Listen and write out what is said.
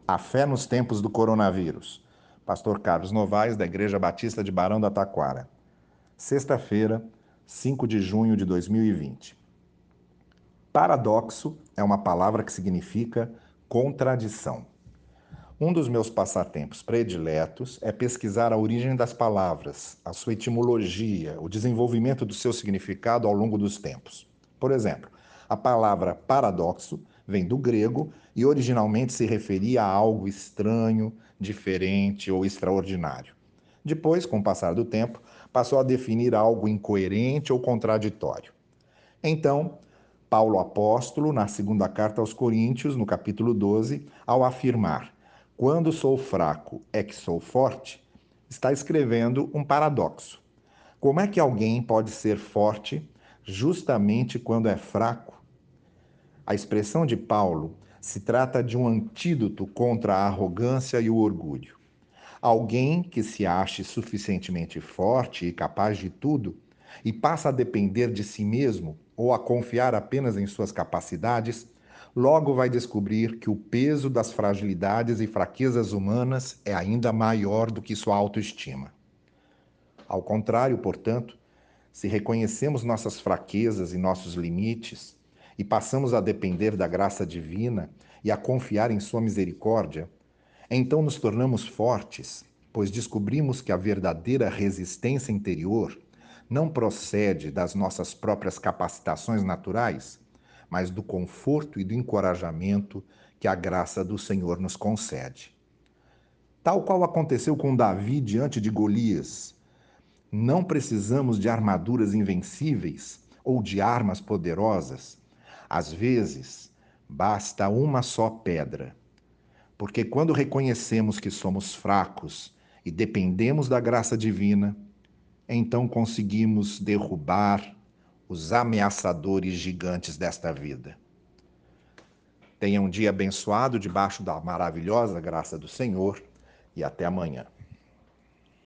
A fé nos tempos do coronavírus. Pastor Carlos Novaes, da Igreja Batista de Barão da Taquara. Sexta-feira, 5 de junho de 2020. Paradoxo é uma palavra que significa contradição. Um dos meus passatempos prediletos é pesquisar a origem das palavras, a sua etimologia, o desenvolvimento do seu significado ao longo dos tempos. Por exemplo, a palavra paradoxo vem do grego e originalmente se referia a algo estranho, diferente ou extraordinário. Depois, com o passar do tempo, passou a definir algo incoerente ou contraditório. Então, Paulo apóstolo, na segunda carta aos Coríntios, no capítulo 12, ao afirmar: "Quando sou fraco é que sou forte", está escrevendo um paradoxo. Como é que alguém pode ser forte justamente quando é fraco? A expressão de Paulo se trata de um antídoto contra a arrogância e o orgulho. Alguém que se ache suficientemente forte e capaz de tudo e passa a depender de si mesmo ou a confiar apenas em suas capacidades, logo vai descobrir que o peso das fragilidades e fraquezas humanas é ainda maior do que sua autoestima. Ao contrário, portanto, se reconhecemos nossas fraquezas e nossos limites e passamos a depender da graça divina e a confiar em sua misericórdia, então nos tornamos fortes, pois descobrimos que a verdadeira resistência interior não procede das nossas próprias capacitações naturais, mas do conforto e do encorajamento que a graça do Senhor nos concede. Tal qual aconteceu com Davi diante de Golias, não precisamos de armaduras invencíveis ou de armas poderosas. Às vezes, basta uma só pedra. Porque quando reconhecemos que somos fracos e dependemos da graça divina, então conseguimos derrubar os ameaçadores gigantes desta vida. Tenha um dia abençoado debaixo da maravilhosa graça do Senhor e até amanhã.